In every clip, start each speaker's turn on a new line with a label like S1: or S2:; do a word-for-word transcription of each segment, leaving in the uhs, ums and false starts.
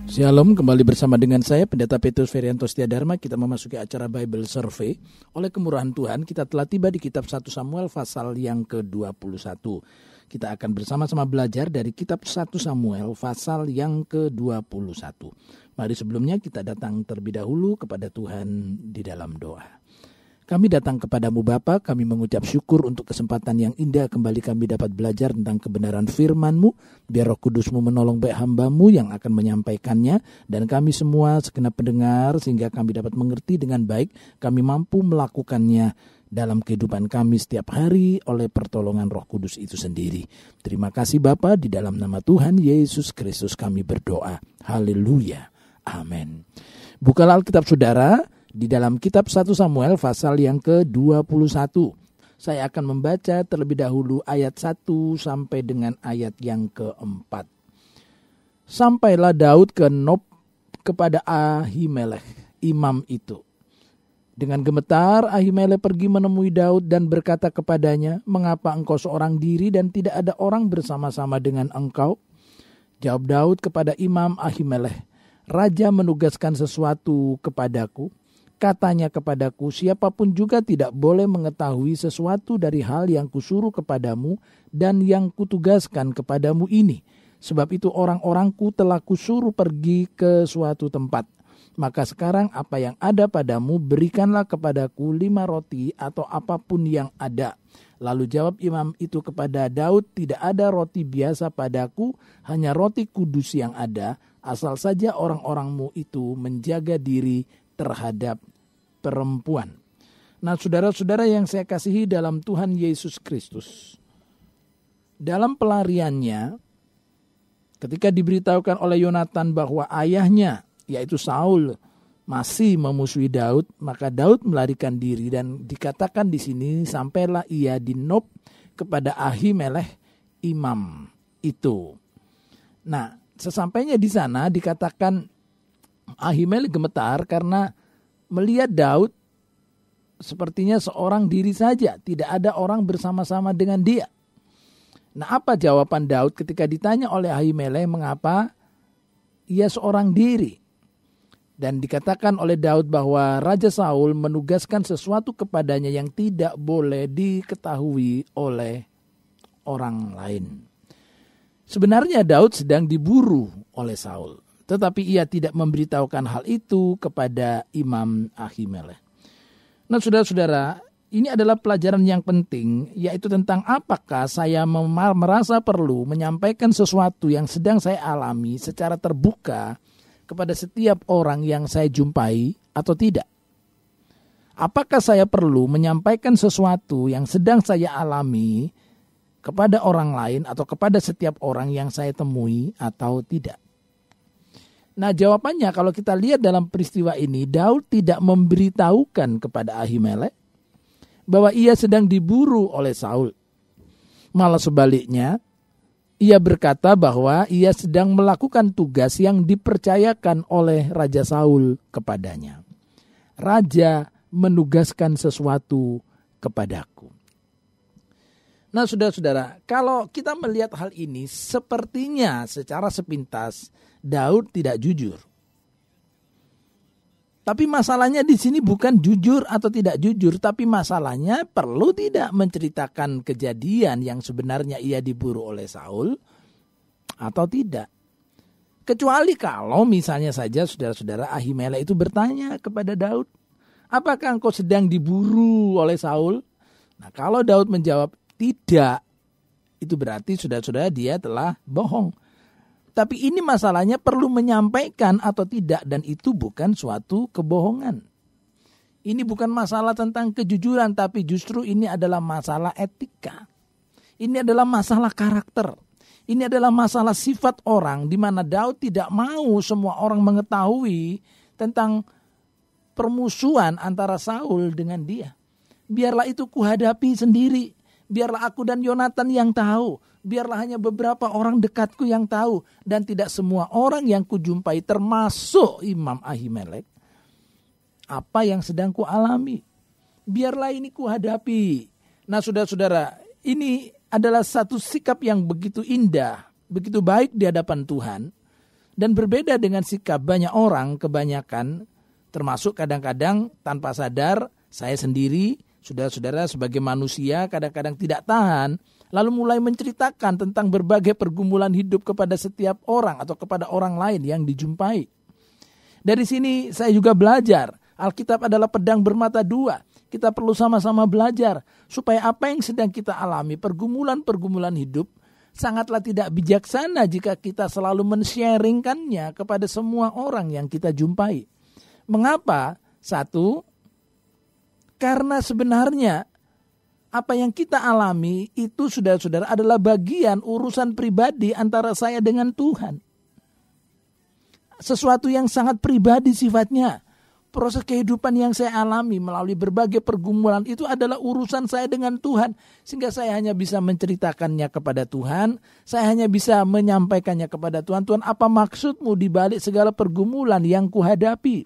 S1: Shalom, kembali bersama dengan saya Pendeta Petrus Ferianto Setiadharma. Kita memasuki acara Bible Survey. Oleh kemurahan Tuhan, kita telah tiba di kitab satu Samuel pasal yang ke dua puluh satu. Kita akan bersama-sama belajar dari kitab satu Samuel pasal yang ke dua puluh satu. Mari sebelumnya kita datang terlebih dahulu kepada Tuhan di dalam doa. Kami datang kepadamu Bapa, kami mengucap syukur untuk kesempatan yang indah kembali kami dapat belajar tentang kebenaran firman-Mu. Biar Roh Kudus-Mu menolong baik hamba-Mu yang akan menyampaikannya, dan kami semua segenap pendengar sehingga kami dapat mengerti dengan baik, kami mampu melakukannya dalam kehidupan kami setiap hari oleh pertolongan Roh Kudus itu sendiri. Terima kasih Bapa, di dalam nama Tuhan Yesus Kristus kami berdoa. Haleluya. Amin. Bukalah Alkitab saudara di dalam kitab satu Samuel pasal yang ke dua puluh satu. Saya akan membaca terlebih dahulu ayat satu sampai dengan ayat yang keempat. Sampailah Daud ke Nob kepada Ahimelech, imam itu. Dengan gemetar Ahimelech pergi menemui Daud dan berkata kepadanya, "Mengapa engkau seorang diri dan tidak ada orang bersama-sama dengan engkau?" Jawab Daud kepada imam Ahimelech, "Raja menugaskan sesuatu kepadaku. Katanya kepadaku, siapapun juga tidak boleh mengetahui sesuatu dari hal yang kusuruh kepadamu dan yang kutugaskan kepadamu ini. Sebab itu orang-orangku telah kusuruh pergi ke suatu tempat. Maka sekarang apa yang ada padamu, berikanlah kepadaku lima roti atau apapun yang ada." Lalu jawab imam itu kepada Daud, "Tidak ada roti biasa padaku, hanya roti kudus yang ada, asal saja orang-orangmu itu menjaga diri terhadap perempuan." Nah, saudara-saudara yang saya kasihi dalam Tuhan Yesus Kristus, dalam pelariannya, ketika diberitahukan oleh Yonatan bahwa ayahnya, yaitu Saul, masih memusuhi Daud, maka Daud melarikan diri, dan dikatakan di sini sampailah ia di Nob kepada Ahimelech, imam itu. Nah, sesampainya di sana dikatakan Ahimelech gemetar karena melihat Daud sepertinya seorang diri saja, tidak ada orang bersama-sama dengan dia. Nah, apa jawaban Daud ketika ditanya oleh Ahimelech mengapa ia seorang diri? Dan dikatakan oleh Daud bahwa Raja Saul menugaskan sesuatu kepadanya yang tidak boleh diketahui oleh orang lain. Sebenarnya Daud sedang diburu oleh Saul, tetapi ia tidak memberitahukan hal itu kepada imam Ahimelech. Nah, saudara-saudara, ini adalah pelajaran yang penting, yaitu tentang apakah saya merasa perlu menyampaikan sesuatu yang sedang saya alami secara terbuka kepada setiap orang yang saya jumpai atau tidak. Apakah saya perlu menyampaikan sesuatu yang sedang saya alami kepada orang lain atau kepada setiap orang yang saya temui atau tidak? Nah, jawabannya kalau kita lihat dalam peristiwa ini, Daud tidak memberitahukan kepada Ahimelech bahwa ia sedang diburu oleh Saul. Malah sebaliknya, ia berkata bahwa ia sedang melakukan tugas yang dipercayakan oleh Raja Saul kepadanya. Raja menugaskan sesuatu kepadaku. Nah, saudara-saudara, kalau kita melihat hal ini, sepertinya secara sepintas Daud tidak jujur. Tapi masalahnya di sini bukan jujur atau tidak jujur, tapi masalahnya perlu tidak menceritakan kejadian yang sebenarnya ia diburu oleh Saul atau tidak. Kecuali kalau misalnya saja saudara-saudara Ahimelech itu bertanya kepada Daud, "Apakah engkau sedang diburu oleh Saul?" Nah, kalau Daud menjawab tidak, itu berarti saudara-saudara dia telah bohong. Tapi ini masalahnya perlu menyampaikan atau tidak, dan itu bukan suatu kebohongan. Ini bukan masalah tentang kejujuran, tapi justru ini adalah masalah etika. Ini adalah masalah karakter. Ini adalah masalah sifat orang, di mana Daud tidak mau semua orang mengetahui tentang permusuhan antara Saul dengan dia. Biarlah itu kuhadapi sendiri. Biarlah aku dan Yonatan yang tahu. Biarlah hanya beberapa orang dekatku yang tahu. Dan tidak semua orang yang kujumpai, termasuk Imam Ahimelech, apa yang sedang kualami. Biarlah ini kuhadapi. Nah, saudara-saudara, ini adalah satu sikap yang begitu indah, begitu baik di hadapan Tuhan. Dan berbeda dengan sikap banyak orang, kebanyakan, termasuk kadang-kadang tanpa sadar, saya sendiri, saudara-saudara sebagai manusia kadang-kadang tidak tahan, lalu mulai menceritakan tentang berbagai pergumulan hidup kepada setiap orang atau kepada orang lain yang dijumpai. Dari sini saya juga belajar, Alkitab adalah pedang bermata dua. Kita perlu sama-sama belajar supaya apa yang sedang kita alami, pergumulan-pergumulan hidup, sangatlah tidak bijaksana jika kita selalu men-sharingkannya kepada semua orang yang kita jumpai. Mengapa? Satu, karena sebenarnya apa yang kita alami itu saudara-saudara adalah bagian urusan pribadi antara saya dengan Tuhan. Sesuatu yang sangat pribadi sifatnya. Proses kehidupan yang saya alami melalui berbagai pergumulan itu adalah urusan saya dengan Tuhan. Sehingga saya hanya bisa menceritakannya kepada Tuhan. Saya hanya bisa menyampaikannya kepada Tuhan. Tuhan, apa maksudmu di balik segala pergumulan yang kuhadapi?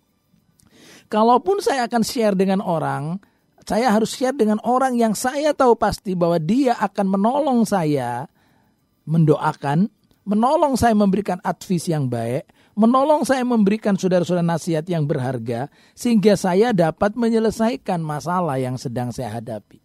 S1: Kalaupun saya akan share dengan orang, saya harus share dengan orang yang saya tahu pasti bahwa dia akan menolong saya, mendoakan, menolong saya memberikan advice yang baik, menolong saya memberikan saudara-saudara nasihat yang berharga, sehingga saya dapat menyelesaikan masalah yang sedang saya hadapi.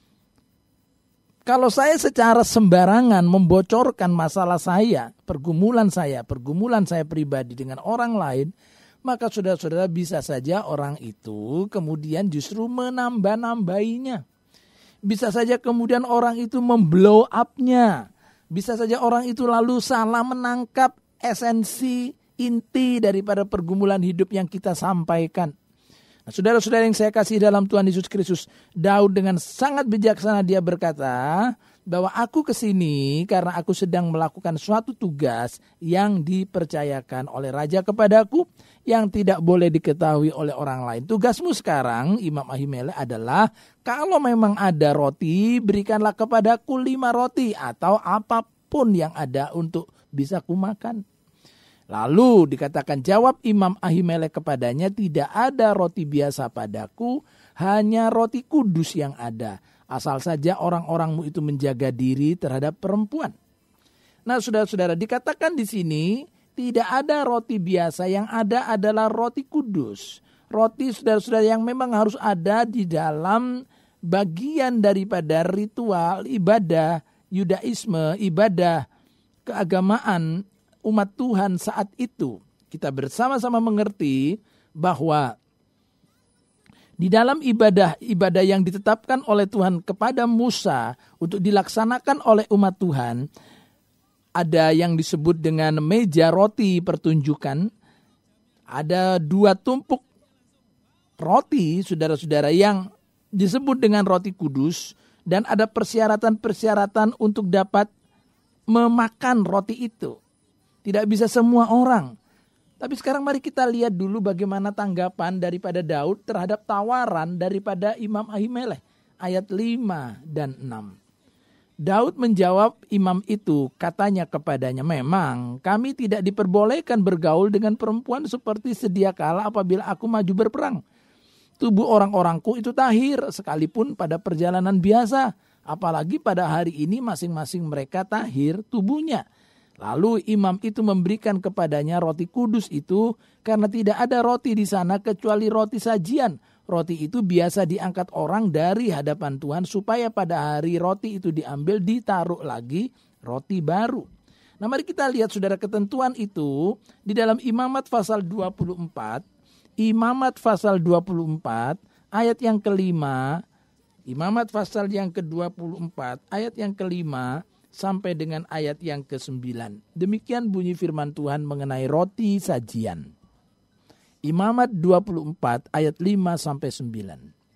S1: Kalau saya secara sembarangan membocorkan masalah saya, pergumulan saya, pergumulan saya pribadi dengan orang lain, maka saudara-saudara bisa saja orang itu kemudian justru menambah-nambahinya. Bisa saja kemudian orang itu memblow up-nya. Bisa saja orang itu lalu salah menangkap esensi inti daripada pergumulan hidup yang kita sampaikan. Nah, saudara-saudara yang saya kasih dalam Tuhan Yesus Kristus, Daud dengan sangat bijaksana dia berkata bahwa aku kesini karena aku sedang melakukan suatu tugas yang dipercayakan oleh Raja kepadaku yang tidak boleh diketahui oleh orang lain. Tugasmu sekarang, Imam Ahimelek, adalah kalau memang ada roti, berikanlah kepadaku lima roti atau apapun yang ada untuk bisa kumakan. Lalu dikatakan jawab Imam Ahimelek kepadanya, tidak ada roti biasa padaku, hanya roti kudus yang ada. Asal saja orang-orangmu itu menjaga diri terhadap perempuan. Nah, saudara-saudara, dikatakan di sini tidak ada roti biasa, yang ada adalah roti kudus. Roti, saudara-saudara, yang memang harus ada di dalam bagian daripada ritual ibadah Yudaisme, ibadah keagamaan umat Tuhan saat itu. Kita bersama-sama mengerti bahwa di dalam ibadah-ibadah yang ditetapkan oleh Tuhan kepada Musa untuk dilaksanakan oleh umat Tuhan, ada yang disebut dengan meja roti pertunjukan. Ada dua tumpuk roti, saudara-saudara, yang disebut dengan roti kudus. Dan ada persyaratan-persyaratan untuk dapat memakan roti itu. Tidak bisa semua orang. Tapi sekarang mari kita lihat dulu bagaimana tanggapan daripada Daud terhadap tawaran daripada Imam Ahimelek. Ayat lima dan enam. Daud menjawab imam itu, katanya kepadanya, memang kami tidak diperbolehkan bergaul dengan perempuan seperti sedia kala apabila aku maju berperang. Tubuh orang-orangku itu tahir sekalipun pada perjalanan biasa. Apalagi pada hari ini masing-masing mereka tahir tubuhnya. Lalu imam itu memberikan kepadanya roti kudus itu karena tidak ada roti di sana kecuali roti sajian. Roti itu biasa diangkat orang dari hadapan Tuhan supaya pada hari roti itu diambil ditaruh lagi roti baru. Nah, mari kita lihat saudara ketentuan itu di dalam Imamat pasal dua puluh empat. Imamat pasal dua puluh empat ayat yang kelima. Imamat pasal yang ke dua puluh empat ayat yang kelima sampai dengan ayat yang kesembilan. Demikian bunyi firman Tuhan mengenai roti sajian. Imamat dua puluh empat ayat lima sampai sembilan.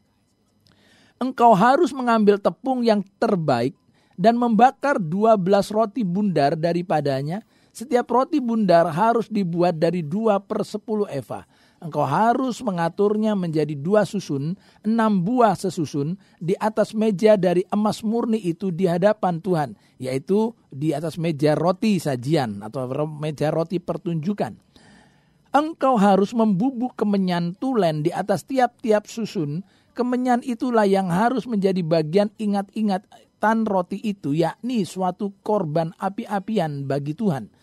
S1: Engkau harus mengambil tepung yang terbaik dan membakar dua belas roti bundar daripadanya. Setiap roti bundar harus dibuat dari dua per sepuluh eva. Engkau harus mengaturnya menjadi dua susun, enam buah sesusun di atas meja dari emas murni itu di hadapan Tuhan. Yaitu di atas meja roti sajian atau meja roti pertunjukan. Engkau harus membubuk kemenyan tulen di atas tiap-tiap susun. Kemenyan itulah yang harus menjadi bagian ingat-ingatan roti itu, yakni suatu korban api-apian bagi Tuhan.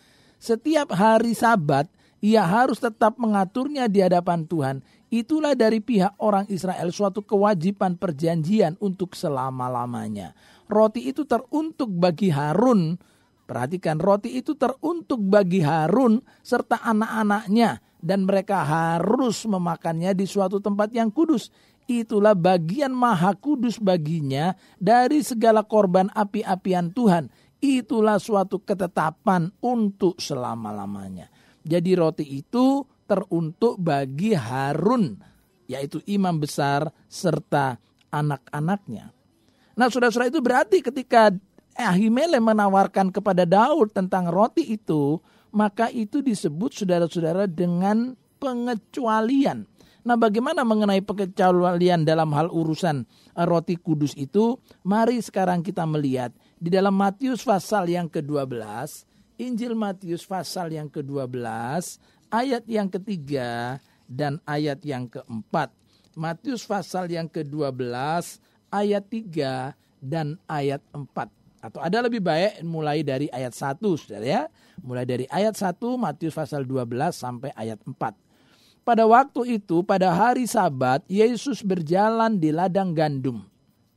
S1: setiap hari Sabat ia harus tetap mengaturnya di hadapan Tuhan. Itulah dari pihak orang Israel suatu kewajiban perjanjian untuk selama-lamanya. Roti itu teruntuk bagi Harun. Perhatikan, roti itu teruntuk bagi Harun serta anak-anaknya. Dan mereka harus memakannya di suatu tempat yang kudus. Itulah bagian maha kudus baginya dari segala korban api-apian Tuhan. Itulah suatu ketetapan untuk selama-lamanya. Jadi roti itu teruntuk bagi Harun, yaitu imam besar serta anak-anaknya. Nah, saudara-saudara, itu berarti ketika Ahimelek menawarkan kepada Daud tentang roti itu, maka itu disebut, saudara-saudara, dengan pengecualian. Nah, bagaimana mengenai pengecualian dalam hal urusan roti kudus itu? Mari sekarang kita melihat di dalam Matius pasal yang kedua belas, Injil Matius pasal yang kedua belas, ayat yang ketiga dan ayat yang keempat. Matius pasal yang kedua belas, ayat tiga dan ayat empat. Atau ada lebih baik mulai dari ayat satu, saudara ya. Mulai dari ayat satu, Matius pasal dua belas sampai ayat empat. Pada waktu itu, pada hari Sabat, Yesus berjalan di ladang gandum.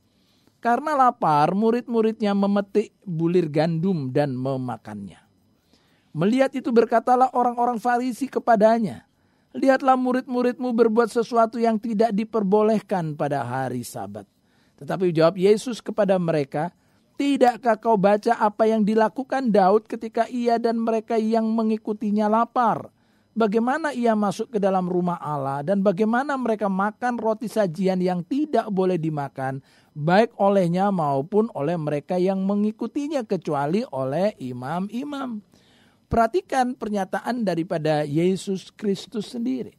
S1: Karena lapar, murid-muridnya memetik bulir gandum dan memakannya. Melihat itu berkatalah orang-orang Farisi kepadanya, lihatlah murid-muridmu berbuat sesuatu yang tidak diperbolehkan pada hari Sabat. Tetapi jawab Yesus kepada mereka, tidakkah kau baca apa yang dilakukan Daud ketika ia dan mereka yang mengikutinya lapar? Bagaimana ia masuk ke dalam rumah Allah dan bagaimana mereka makan roti sajian yang tidak boleh dimakan, baik olehnya maupun oleh mereka yang mengikutinya, kecuali oleh imam-imam. Perhatikan pernyataan daripada Yesus Kristus sendiri.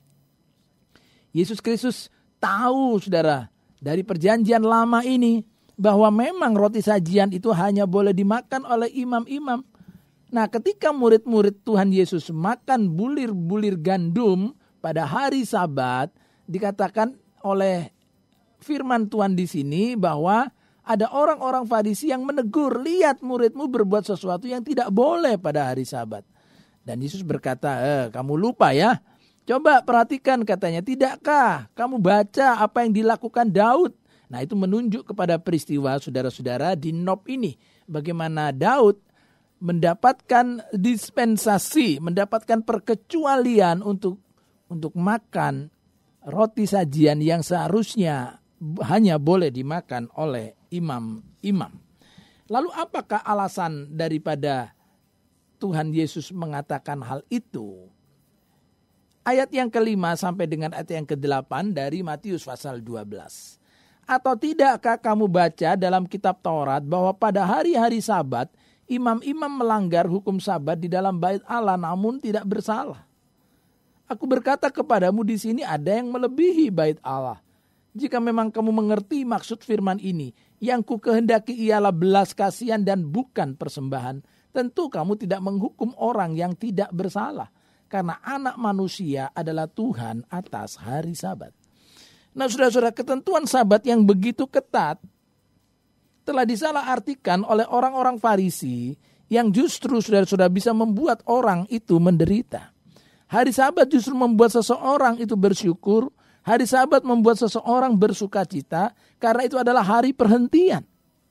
S1: Yesus Kristus tahu, saudara, dari perjanjian lama ini, bahwa memang roti sajian itu hanya boleh dimakan oleh imam-imam. Nah, ketika murid-murid Tuhan Yesus makan bulir-bulir gandum pada hari Sabat, dikatakan oleh firman Tuhan di sini bahwa ada orang-orang Farisi yang menegur, lihat muridmu berbuat sesuatu yang tidak boleh pada hari Sabat. Dan Yesus berkata, eh, kamu lupa ya. Coba perhatikan, katanya, tidakkah kamu baca apa yang dilakukan Daud? Nah, itu menunjuk kepada peristiwa, saudara-saudara, di Nob ini. Bagaimana Daud mendapatkan dispensasi, mendapatkan perkecualian untuk untuk makan roti sajian yang seharusnya hanya boleh dimakan oleh imam-imam. Lalu apakah alasan daripada Tuhan Yesus mengatakan hal itu? Ayat yang kelima sampai dengan ayat yang kedelapan dari Matius pasal dua belas. Atau tidakkah kamu baca dalam kitab Taurat bahwa pada hari-hari Sabat imam-imam melanggar hukum Sabat di dalam bait Allah namun tidak bersalah? Aku berkata kepadamu, di sini ada yang melebihi bait Allah. Jika memang kamu mengerti maksud firman ini, yang ku kehendaki ialah belas kasihan dan bukan persembahan, tentu kamu tidak menghukum orang yang tidak bersalah, karena anak manusia adalah Tuhan atas hari Sabat. Nah, saudara-saudara, ketentuan Sabat yang begitu ketat telah disalahartikan oleh orang-orang Farisi yang justru, saudara-saudara, bisa membuat orang itu menderita. Hari Sabat justru membuat seseorang itu bersyukur. Hari Sabat membuat seseorang bersuka cita karena itu adalah hari perhentian.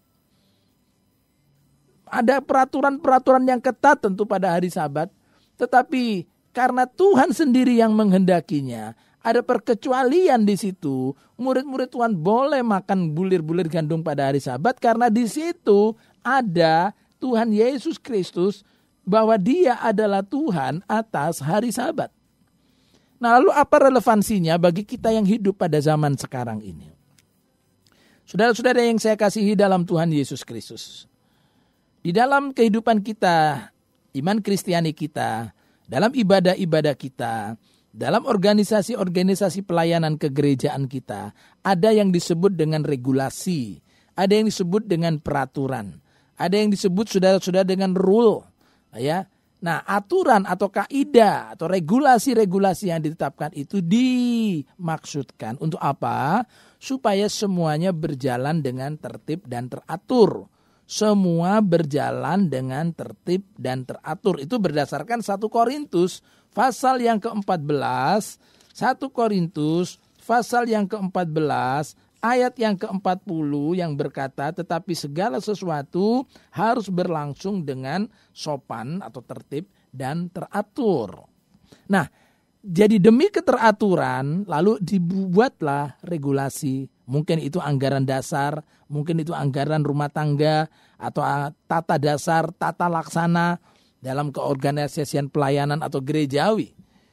S1: Ada peraturan-peraturan yang ketat tentu pada hari Sabat, tetapi karena Tuhan sendiri yang menghendakinya, ada perkecualian di situ. Murid-murid Tuhan boleh makan bulir-bulir gandum pada hari Sabat karena di situ ada Tuhan Yesus Kristus, bahwa Dia adalah Tuhan atas hari Sabat. Nah, lalu apa relevansinya bagi kita yang hidup pada zaman sekarang ini? Saudara-saudara yang saya kasihi dalam Tuhan Yesus Kristus, di dalam kehidupan kita, iman Kristiani kita, dalam ibadah-ibadah kita, dalam organisasi-organisasi pelayanan kegerejaan kita, ada yang disebut dengan regulasi, ada yang disebut dengan peraturan, ada yang disebut, saudara-saudara, dengan rule, ya. Nah, aturan atau kaidah atau regulasi-regulasi yang ditetapkan itu dimaksudkan untuk apa? Supaya semuanya berjalan dengan tertib dan teratur. semua berjalan dengan tertib dan teratur. Itu berdasarkan satu Korintus pasal yang keempat belas, satu Korintus pasal yang keempat belas, ayat yang keempat puluh yang berkata, tetapi segala sesuatu harus berlangsung dengan sopan atau tertib dan teratur. Nah, jadi demi keteraturan lalu dibuatlah regulasi. Mungkin itu anggaran dasar, mungkin itu anggaran rumah tangga, atau tata dasar, tata laksana dalam keorganisasian pelayanan atau gerejawi.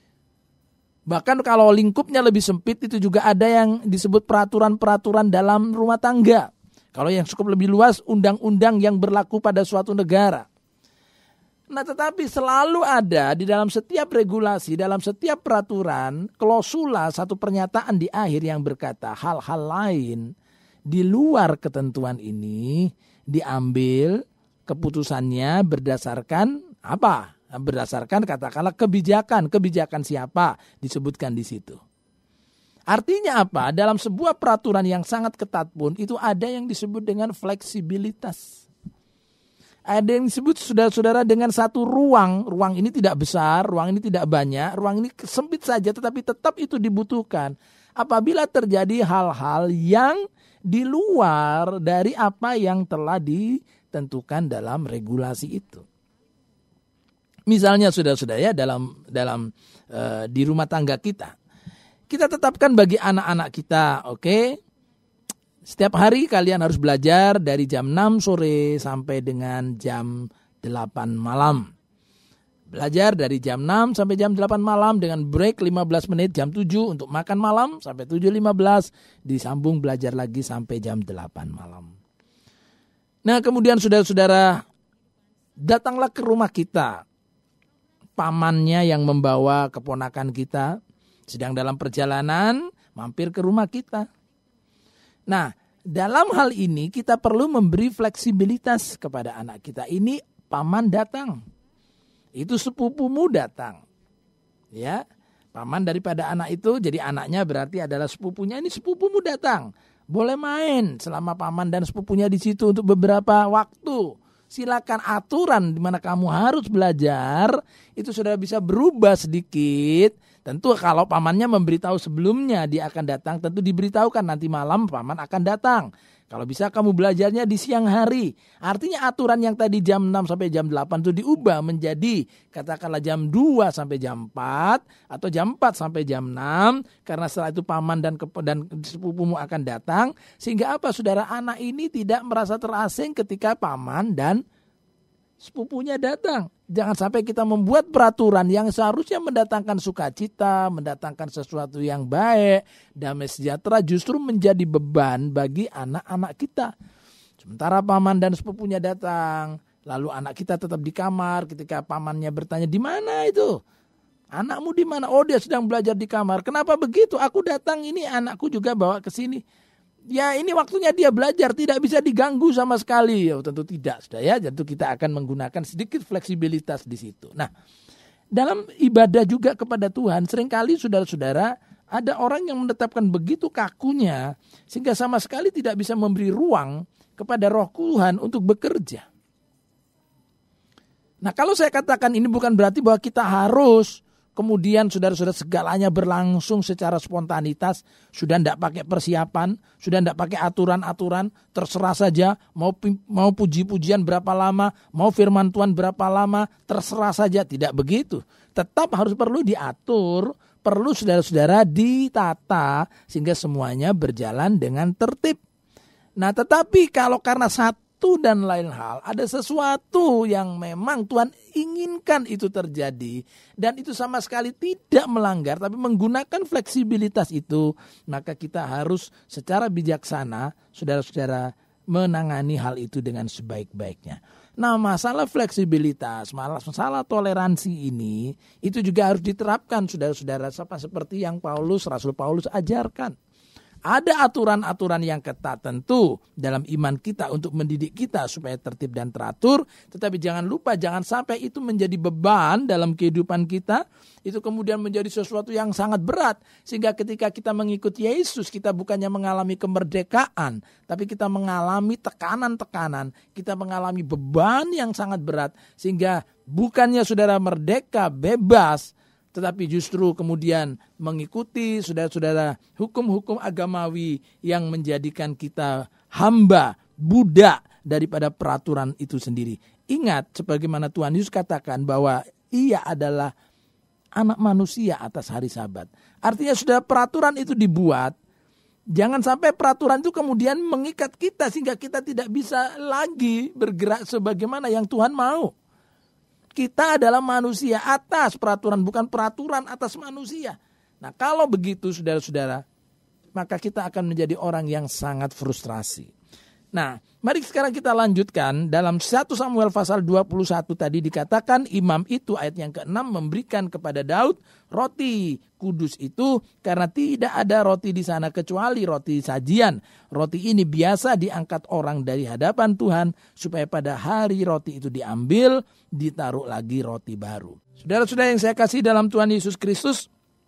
S1: Bahkan kalau lingkupnya lebih sempit itu juga ada yang disebut peraturan-peraturan dalam rumah tangga. Kalau yang cukup lebih luas, undang-undang yang berlaku pada suatu negara. Nah, tetapi selalu ada di dalam setiap regulasi, dalam setiap peraturan, klausula satu pernyataan di akhir yang berkata hal-hal lain di luar ketentuan ini diambil keputusannya berdasarkan apa? Berdasarkan katakanlah kebijakan. Kebijakan siapa disebutkan di situ. Artinya apa? Dalam sebuah peraturan yang sangat ketat pun itu ada yang disebut dengan fleksibilitas. Ada yang disebut saudara-saudara dengan satu ruang. Ruang ini tidak besar, ruang ini tidak banyak, ruang ini sempit saja tetapi tetap itu dibutuhkan. Apabila terjadi hal-hal yang di luar dari apa yang telah ditentukan dalam regulasi itu. Misalnya saudara-saudara ya dalam dalam uh, di rumah tangga kita. Kita tetapkan bagi anak-anak kita, oke? Okay? Setiap hari kalian harus belajar dari jam enam sore sampai dengan jam delapan malam. Belajar dari jam enam sampai jam delapan malam dengan break lima belas menit jam tujuh untuk makan malam sampai tujuh lima belas. Disambung belajar lagi sampai jam delapan malam. Nah kemudian saudara-saudara datanglah ke rumah kita. Pamannya yang membawa keponakan kita sedang dalam perjalanan mampir ke rumah kita. Nah, dalam hal ini kita perlu memberi fleksibilitas kepada anak kita. Ini paman datang. Itu sepupumu datang. Ya, paman daripada anak itu jadi anaknya berarti adalah sepupunya. Ini sepupumu datang. Boleh main selama paman dan sepupunya di situ untuk beberapa waktu. Silakan aturan di mana kamu harus belajar itu sudah bisa berubah sedikit. Tentu kalau pamannya memberitahu sebelumnya dia akan datang, tentu diberitahukan nanti malam paman akan datang. Kalau bisa kamu belajarnya di siang hari. Artinya aturan yang tadi jam enam sampai jam delapan itu diubah menjadi katakanlah jam dua sampai jam empat atau jam empat sampai jam enam. Karena setelah itu paman dan, dan sepupumu akan datang. Sehingga apa saudara, anak ini tidak merasa terasing ketika paman dan sepupunya datang. Jangan sampai kita membuat peraturan yang seharusnya mendatangkan sukacita, mendatangkan sesuatu yang baik, damai sejahtera justru menjadi beban bagi anak-anak kita. Sementara paman dan sepupunya datang, lalu anak kita tetap di kamar ketika pamannya bertanya, "Di mana itu? Anakmu di mana?" "Oh, dia sedang belajar di kamar." "Kenapa begitu? Aku datang ini anakku juga bawa ke sini." Ya ini waktunya dia belajar, tidak bisa diganggu sama sekali. Ya, tentu tidak, sudah ya. Tentu kita akan menggunakan sedikit fleksibilitas di situ. Nah, dalam ibadah juga kepada Tuhan, seringkali saudara-saudara ada orang yang menetapkan begitu kakunya sehingga sama sekali tidak bisa memberi ruang kepada Roh Tuhan untuk bekerja. Nah, kalau saya katakan ini bukan berarti bahwa kita harus kemudian saudara-saudara segalanya berlangsung secara spontanitas, sudah tidak pakai persiapan, sudah tidak pakai aturan-aturan, terserah saja mau mau puji-pujian berapa lama, mau firman Tuhan berapa lama, terserah saja, tidak begitu. Tetap harus perlu diatur, perlu saudara-saudara ditata sehingga semuanya berjalan dengan tertib. Nah, tetapi kalau karena satu dan lain hal, ada sesuatu yang memang Tuhan inginkan itu terjadi dan itu sama sekali tidak melanggar tapi menggunakan fleksibilitas itu, maka kita harus secara bijaksana saudara-saudara menangani hal itu dengan sebaik-baiknya. Nah, masalah fleksibilitas, masalah toleransi ini itu juga harus diterapkan saudara-saudara seperti yang Paulus, Rasul Paulus ajarkan. Ada aturan-aturan yang ketat tentu dalam iman kita untuk mendidik kita supaya tertib dan teratur. Tetapi jangan lupa, jangan sampai itu menjadi beban dalam kehidupan kita. Itu kemudian menjadi sesuatu yang sangat berat. Sehingga ketika kita mengikuti Yesus, kita bukannya mengalami kemerdekaan, tapi kita mengalami tekanan-tekanan. Kita mengalami beban yang sangat berat. Sehingga bukannya saudara merdeka, bebas, tetapi justru kemudian mengikuti saudara-saudara hukum-hukum agamawi yang menjadikan kita hamba, budak daripada peraturan itu sendiri. Ingat sebagaimana Tuhan Yesus katakan bahwa ia adalah anak manusia atas hari Sabat. Artinya saudara, peraturan itu dibuat, jangan sampai peraturan itu kemudian mengikat kita sehingga kita tidak bisa lagi bergerak sebagaimana yang Tuhan mau. Kita adalah manusia atas peraturan, bukan peraturan atas manusia. Nah, kalau begitu saudara-saudara, maka kita akan menjadi orang yang sangat frustrasi. Nah, mari sekarang kita lanjutkan. Dalam satu Samuel pasal dua puluh satu tadi dikatakan imam itu, ayat yang keenam, memberikan kepada Daud roti kudus itu karena tidak ada roti di sana kecuali roti sajian. Roti ini biasa diangkat orang dari hadapan Tuhan supaya pada hari roti itu diambil, ditaruh lagi roti baru. Saudara-saudara yang saya kasih dalam Tuhan Yesus Kristus,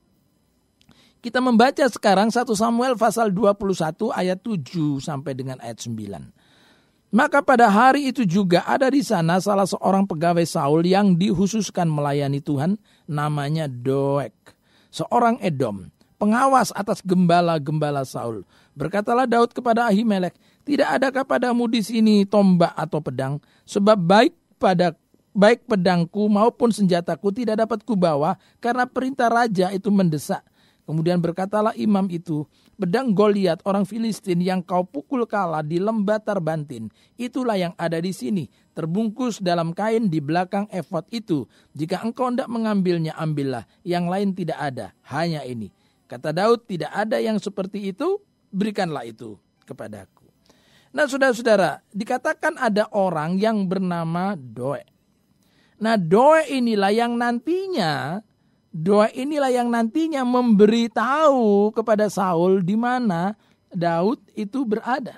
S1: kita membaca sekarang satu Samuel pasal dua puluh satu ayat tujuh sampai dengan ayat sembilan. Maka pada hari itu juga ada di sana salah seorang pegawai Saul yang dihususkan melayani Tuhan, namanya Doeg, seorang Edom, pengawas atas gembala-gembala Saul. Berkatalah Daud kepada Ahimelek, tidak adakah padamu di sini tombak atau pedang? Sebab baik pada baik pedangku maupun senjataku tidak dapat kubawa karena perintah raja itu mendesak. Kemudian berkatalah imam itu, pedang Goliat orang Filistin yang kau pukul kalah di lembah Tarbantin, itulah yang ada di sini, terbungkus dalam kain di belakang efod itu. Jika engkau hendak mengambilnya, ambillah, yang lain tidak ada, hanya ini. Kata Daud, tidak ada yang seperti itu, berikanlah itu kepadaku. Nah saudara-saudara, dikatakan ada orang yang bernama Doeg. Nah Doeg inilah yang nantinya, Doeg inilah yang nantinya memberitahu kepada Saul di mana Daud itu berada.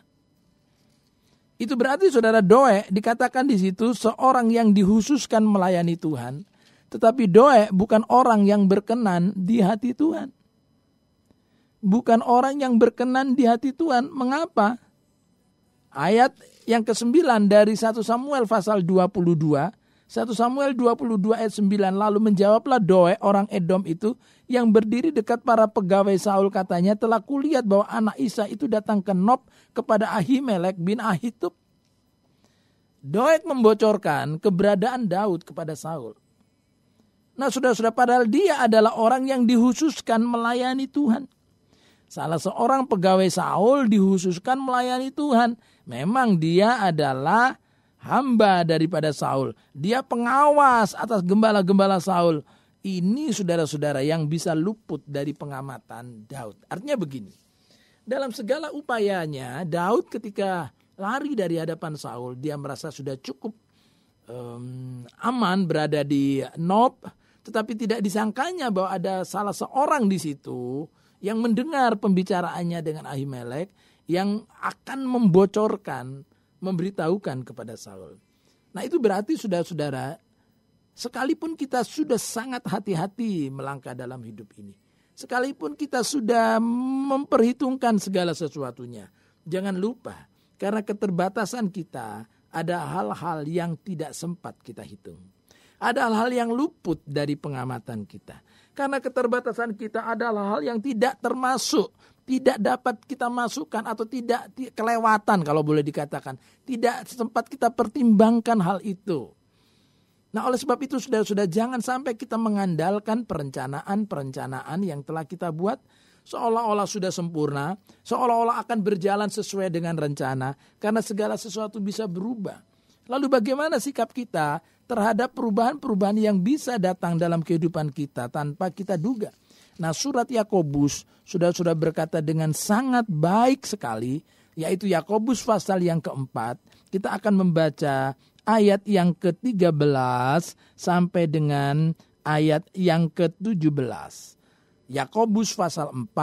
S1: Itu berarti saudara, Doeg dikatakan di situ seorang yang dihususkan melayani Tuhan. Tetapi Doeg bukan orang yang berkenan di hati Tuhan. Bukan orang yang berkenan di hati Tuhan. Mengapa? Ayat yang kesembilan dari satu Samuel pasal dua puluh dua. satu Samuel dua puluh dua ayat sembilan, lalu menjawablah Doeg orang Edom itu yang berdiri dekat para pegawai Saul, katanya, telah kulihat bahwa anak Isa itu datang ke Nob kepada Ahimelek bin Ahitub. Doeg membocorkan keberadaan Daud kepada Saul. Nah saudara-saudara, padahal dia adalah orang yang dihususkan melayani Tuhan. Salah seorang pegawai Saul dihususkan melayani Tuhan. Memang dia adalah hamba daripada Saul. Dia pengawas atas gembala-gembala Saul. Ini saudara-saudara yang bisa luput dari pengamatan Daud. Artinya begini. Dalam segala upayanya, Daud ketika lari dari hadapan Saul, dia merasa sudah cukup um, aman berada di Nob. Tetapi tidak disangkanya bahwa ada salah seorang di situ yang mendengar pembicaraannya dengan Ahimelek yang akan membocorkan, memberitahukan kepada Saul. Nah itu berarti saudara-saudara, sekalipun kita sudah sangat hati-hati melangkah dalam hidup ini, sekalipun kita sudah memperhitungkan segala sesuatunya, jangan lupa, karena keterbatasan kita, ada hal-hal yang tidak sempat kita hitung. Ada hal-hal yang luput dari pengamatan kita. Karena keterbatasan kita adalah hal yang tidak termasuk, tidak dapat kita masukkan atau tidak kelewatan kalau boleh dikatakan. Tidak sempat kita pertimbangkan hal itu. Nah oleh sebab itu sudah-sudah jangan sampai kita mengandalkan perencanaan-perencanaan yang telah kita buat seolah-olah sudah sempurna, seolah-olah akan berjalan sesuai dengan rencana, karena segala sesuatu bisa berubah. Lalu bagaimana sikap kita terhadap perubahan-perubahan yang bisa datang dalam kehidupan kita tanpa kita duga? Nah surat Yakobus sudah-sudah berkata dengan sangat baik sekali, yaitu Yakobus pasal yang keempat. Kita akan membaca ayat yang ke tiga belas sampai dengan ayat yang ke tujuh belas. Yakobus pasal empat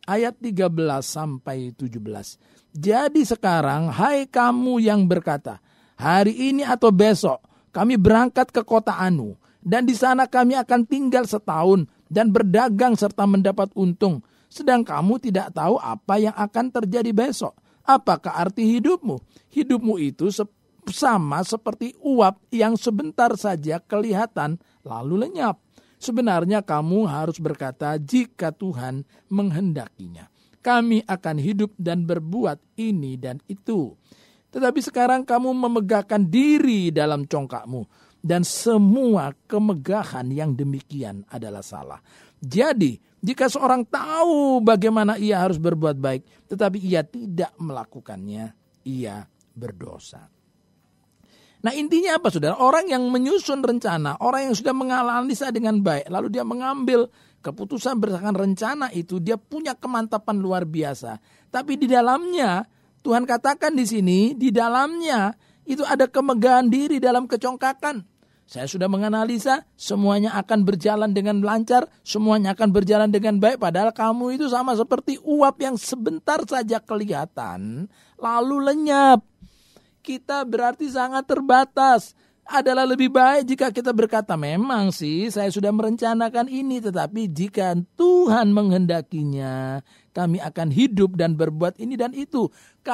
S1: ayat tiga belas sampai tujuh belas. Jadi sekarang, hai kamu yang berkata, hari ini atau besok kami berangkat ke kota Anu, dan di sana kami akan tinggal setahun dan berdagang serta mendapat untung. Sedang kamu tidak tahu apa yang akan terjadi besok. Apakah arti hidupmu? Hidupmu itu sama seperti uap yang sebentar saja kelihatan lalu lenyap. Sebenarnya kamu harus berkata, jika Tuhan menghendakinya, kami akan hidup dan berbuat ini dan itu. Tetapi sekarang kamu memegahkan diri dalam congkakmu, dan semua kemegahan yang demikian adalah salah. Jadi, jika seorang tahu bagaimana ia harus berbuat baik, tetapi ia tidak melakukannya, ia berdosa. Nah, intinya apa, saudara? Orang yang menyusun rencana, orang yang sudah menganalisa dengan baik, lalu dia mengambil keputusan berdasarkan rencana itu, dia punya kemantapan luar biasa. Tapi di dalamnya, Tuhan katakan di sini, di dalamnya itu ada kemegahan diri dalam kecongkakan. Saya sudah menganalisa, semuanya akan berjalan dengan lancar, semuanya akan berjalan dengan baik. Padahal kamu itu sama seperti uap yang sebentar saja kelihatan, lalu lenyap. Kita berarti sangat terbatas. Adalah lebih baik jika kita berkata, memang sih saya sudah merencanakan ini, tetapi jika Tuhan menghendakinya, kami akan hidup dan berbuat ini dan itu.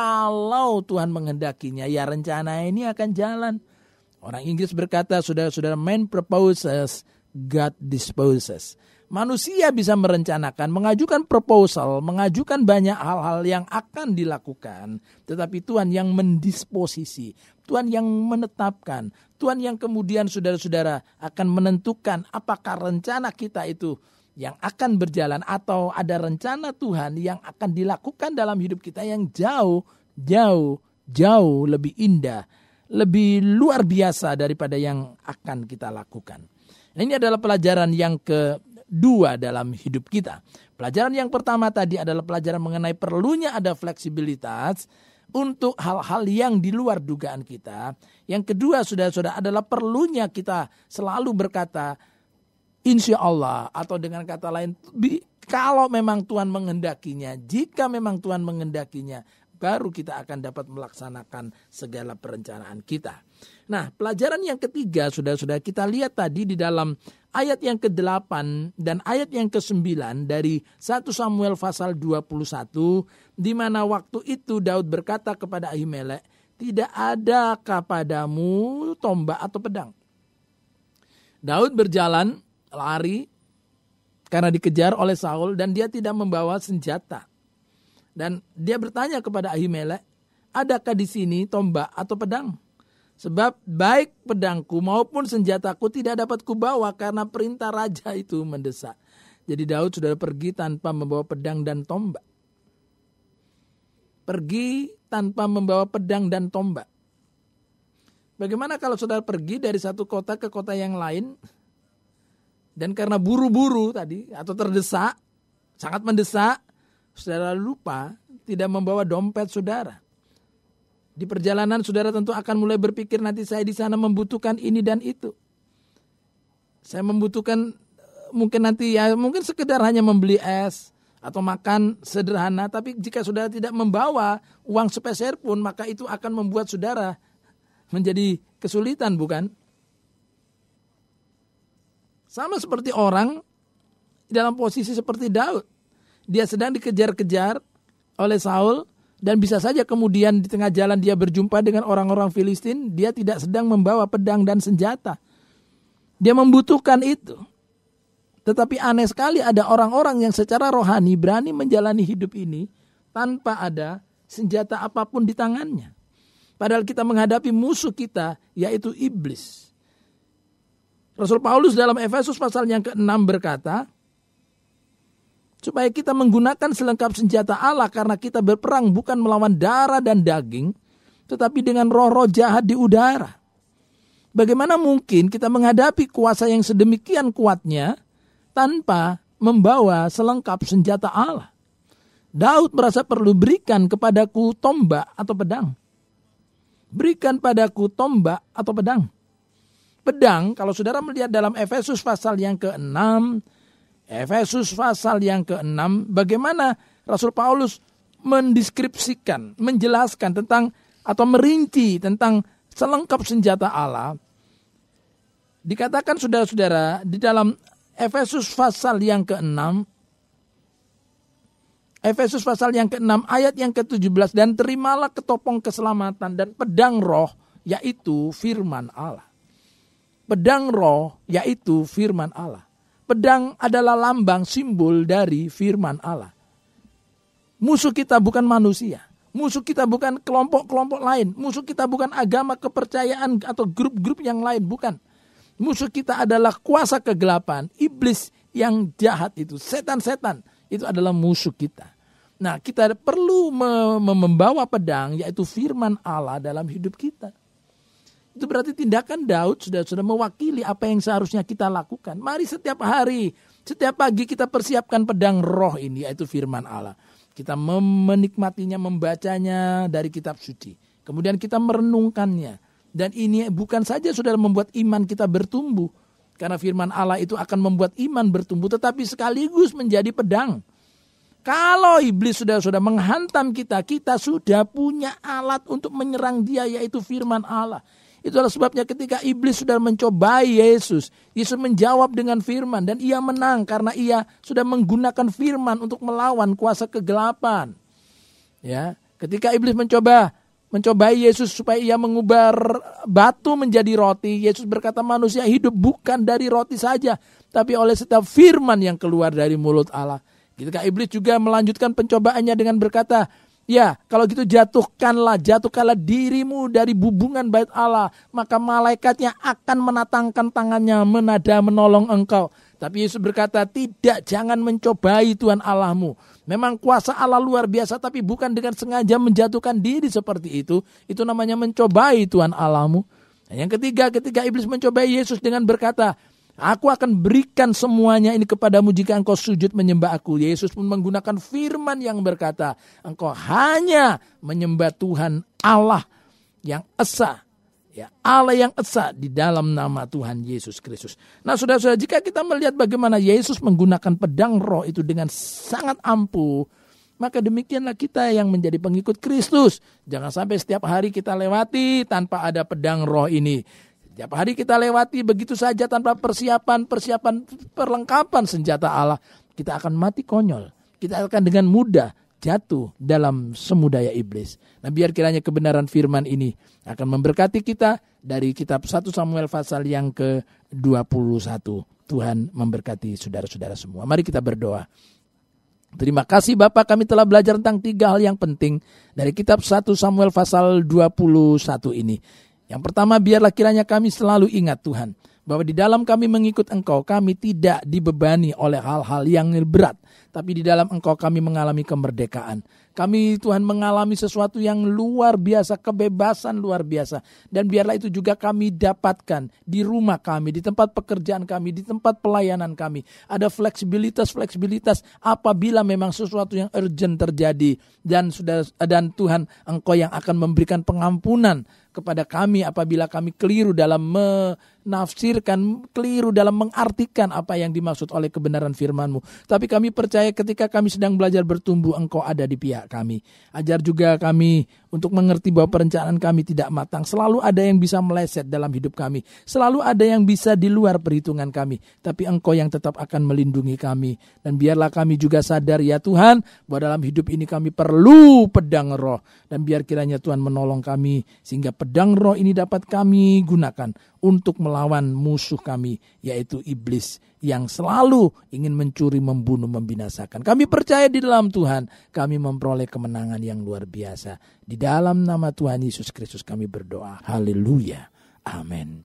S1: Kalau Tuhan menghendakinya, ya rencana ini akan jalan. Orang Inggris berkata, saudara-saudara, man proposes, God disposes. Manusia bisa merencanakan, mengajukan proposal, mengajukan banyak hal-hal yang akan dilakukan. Tetapi Tuhan yang mendisposisi, Tuhan yang menetapkan, Tuhan yang kemudian saudara-saudara akan menentukan apakah rencana kita itu yang akan berjalan atau ada rencana Tuhan yang akan dilakukan dalam hidup kita yang jauh, jauh, jauh lebih indah, lebih luar biasa daripada yang akan kita lakukan. Nah, ini adalah pelajaran yang kedua dalam hidup kita. Pelajaran yang pertama tadi adalah pelajaran mengenai perlunya ada fleksibilitas untuk hal-hal yang di luar dugaan kita. Yang kedua, saudara-saudara, adalah perlunya kita selalu berkata, insya Allah, atau dengan kata lain, kalau memang Tuhan menghendakinya, jika memang Tuhan menghendakinya, baru kita akan dapat melaksanakan segala perencanaan kita. Nah, pelajaran yang ketiga, saudara-saudara, kita lihat tadi di dalam ayat yang kedelapan dan ayat yang kesembilan dari satu Samuel pasal dua puluh satu, di mana waktu itu Daud berkata kepada Ahimelek, tidak ada kepadamu tombak atau pedang. Daud berjalan, lari, karena dikejar oleh Saul dan dia tidak membawa senjata. Dan dia bertanya kepada Ahimelek, adakah di sini tombak atau pedang? Sebab baik pedangku maupun senjataku tidak dapat kubawa karena perintah raja itu mendesak. Jadi Daud sudah pergi tanpa membawa pedang dan tombak. Pergi tanpa membawa pedang dan tombak. Bagaimana kalau saudara pergi dari satu kota ke kota yang lain, dan karena buru-buru tadi atau terdesak, sangat mendesak, saudara lupa tidak membawa dompet saudara. Di perjalanan saudara tentu akan mulai berpikir, nanti saya di sana membutuhkan ini dan itu. Saya membutuhkan mungkin nanti ya mungkin sekedar hanya membeli es atau makan sederhana. Tapi jika saudara tidak membawa uang sepeser pun, maka itu akan membuat saudara menjadi kesulitan, bukan? Sama seperti orang dalam posisi seperti Daud. Dia sedang dikejar-kejar oleh Saul dan bisa saja kemudian di tengah jalan dia berjumpa dengan orang-orang Filistin. Dia tidak sedang membawa pedang dan senjata. Dia membutuhkan itu. Tetapi aneh sekali ada orang-orang yang secara rohani berani menjalani hidup ini tanpa ada senjata apapun di tangannya. Padahal kita menghadapi musuh kita, yaitu iblis. Rasul Paulus dalam Efesus pasal yang keenam berkata, supaya kita menggunakan selengkap senjata Allah karena kita berperang bukan melawan darah dan daging, tetapi dengan roh-roh jahat di udara. Bagaimana mungkin kita menghadapi kuasa yang sedemikian kuatnya tanpa membawa selengkap senjata Allah? Daud merasa perlu, berikan kepadaku tombak atau pedang. Berikan padaku tombak atau pedang. Pedang, kalau saudara melihat dalam Efesus pasal yang keenam, Efesus pasal yang keenam, bagaimana Rasul Paulus mendeskripsikan, menjelaskan tentang atau merinci tentang selengkap senjata Allah. Dikatakan saudara-saudara di dalam Efesus pasal yang keenam, Efesus pasal yang keenam ayat yang ketujuh belas, dan terimalah ketopong keselamatan dan pedang roh, yaitu firman Allah. Pedang roh yaitu firman Allah. Pedang adalah lambang simbol dari firman Allah. Musuh kita bukan manusia. Musuh kita bukan kelompok-kelompok lain. Musuh kita bukan agama, kepercayaan atau grup-grup yang lain. Bukan. Musuh kita adalah kuasa kegelapan. Iblis yang jahat itu. Setan-setan. Itu adalah musuh kita. Nah, kita perlu membawa pedang yaitu firman Allah dalam hidup kita. Itu berarti tindakan Daud sudah sudah mewakili apa yang seharusnya kita lakukan. Mari setiap hari, setiap pagi kita persiapkan pedang roh ini, yaitu firman Allah. Kita menikmatinya, membacanya dari kitab suci. Kemudian kita merenungkannya. Dan ini bukan saja sudah membuat iman kita bertumbuh. Karena firman Allah itu akan membuat iman bertumbuh, tetapi sekaligus menjadi pedang. Kalau iblis sudah sudah menghantam kita, kita sudah punya alat untuk menyerang dia, yaitu firman Allah. Itulah sebabnya ketika iblis sudah mencobai Yesus, Yesus menjawab dengan firman dan ia menang karena ia sudah menggunakan firman untuk melawan kuasa kegelapan. Ya, ketika iblis mencoba mencobai Yesus supaya ia mengubah batu menjadi roti, Yesus berkata manusia hidup bukan dari roti saja, tapi oleh setiap firman yang keluar dari mulut Allah. Ketika iblis juga melanjutkan pencobaannya dengan berkata, ya, kalau gitu jatuhkanlah, jatuhkanlah dirimu dari bubungan bait Allah, maka malaikatnya akan menatangkan tangannya, menada menolong engkau. Tapi Yesus berkata, tidak, jangan mencobai Tuhan Allahmu. Memang kuasa Allah luar biasa, tapi bukan dengan sengaja menjatuhkan diri seperti itu. Itu namanya mencobai Tuhan Allahmu. Dan yang ketiga, ketika iblis mencobai Yesus dengan berkata, aku akan berikan semuanya ini kepadamu jika engkau sujud menyembah aku. Yesus pun menggunakan firman yang berkata, engkau hanya menyembah Tuhan Allah yang esa. Ya, Allah yang esa di dalam nama Tuhan Yesus Kristus. Nah, saudara-saudara, jika kita melihat bagaimana Yesus menggunakan pedang roh itu dengan sangat ampuh, maka demikianlah kita yang menjadi pengikut Kristus. Jangan sampai setiap hari kita lewati tanpa ada pedang roh ini. Setiap hari kita lewati begitu saja tanpa persiapan, persiapan perlengkapan senjata Allah. Kita akan mati konyol. Kita akan dengan mudah jatuh dalam semudaya iblis. Nah, biar kiranya kebenaran firman ini akan memberkati kita dari kitab satu Samuel pasal yang ke dua puluh satu. Tuhan memberkati saudara-saudara semua. Mari kita berdoa. Terima kasih Bapak, kami telah belajar tentang tiga hal yang penting dari kitab satu Samuel pasal dua puluh satu ini. Yang pertama, biarlah kiranya kami selalu ingat Tuhan, bahwa di dalam kami mengikut Engkau, kami tidak dibebani oleh hal-hal yang berat. Tapi di dalam Engkau kami mengalami kemerdekaan. Kami Tuhan mengalami sesuatu yang luar biasa, kebebasan luar biasa. Dan biarlah itu juga kami dapatkan di rumah kami, di tempat pekerjaan kami, di tempat pelayanan kami. Ada fleksibilitas-fleksibilitas apabila memang sesuatu yang urgent terjadi. Dan sudah dan Tuhan Engkau yang akan memberikan pengampunan kepada kami apabila kami keliru dalam menafsirkan, keliru dalam mengartikan apa yang dimaksud oleh kebenaran firman-Mu. Tapi kami percaya ketika kami sedang belajar bertumbuh, Engkau ada di pihak kami. Ajar juga kami untuk mengerti bahwa perencanaan kami tidak matang. Selalu ada yang bisa meleset dalam hidup kami. Selalu ada yang bisa di luar perhitungan kami. Tapi Engkau yang tetap akan melindungi kami. Dan biarlah kami juga sadar ya Tuhan, bahwa dalam hidup ini kami perlu pedang roh. Dan biar kiranya Tuhan menolong kami sehingga pedang roh ini dapat kami gunakan untuk melawan musuh kami, yaitu iblis yang selalu ingin mencuri, membunuh, membinasakan. Kami percaya di dalam Tuhan, kami memperoleh kemenangan yang luar biasa. Di dalam nama Tuhan Yesus Kristus kami berdoa. Haleluya. Amin.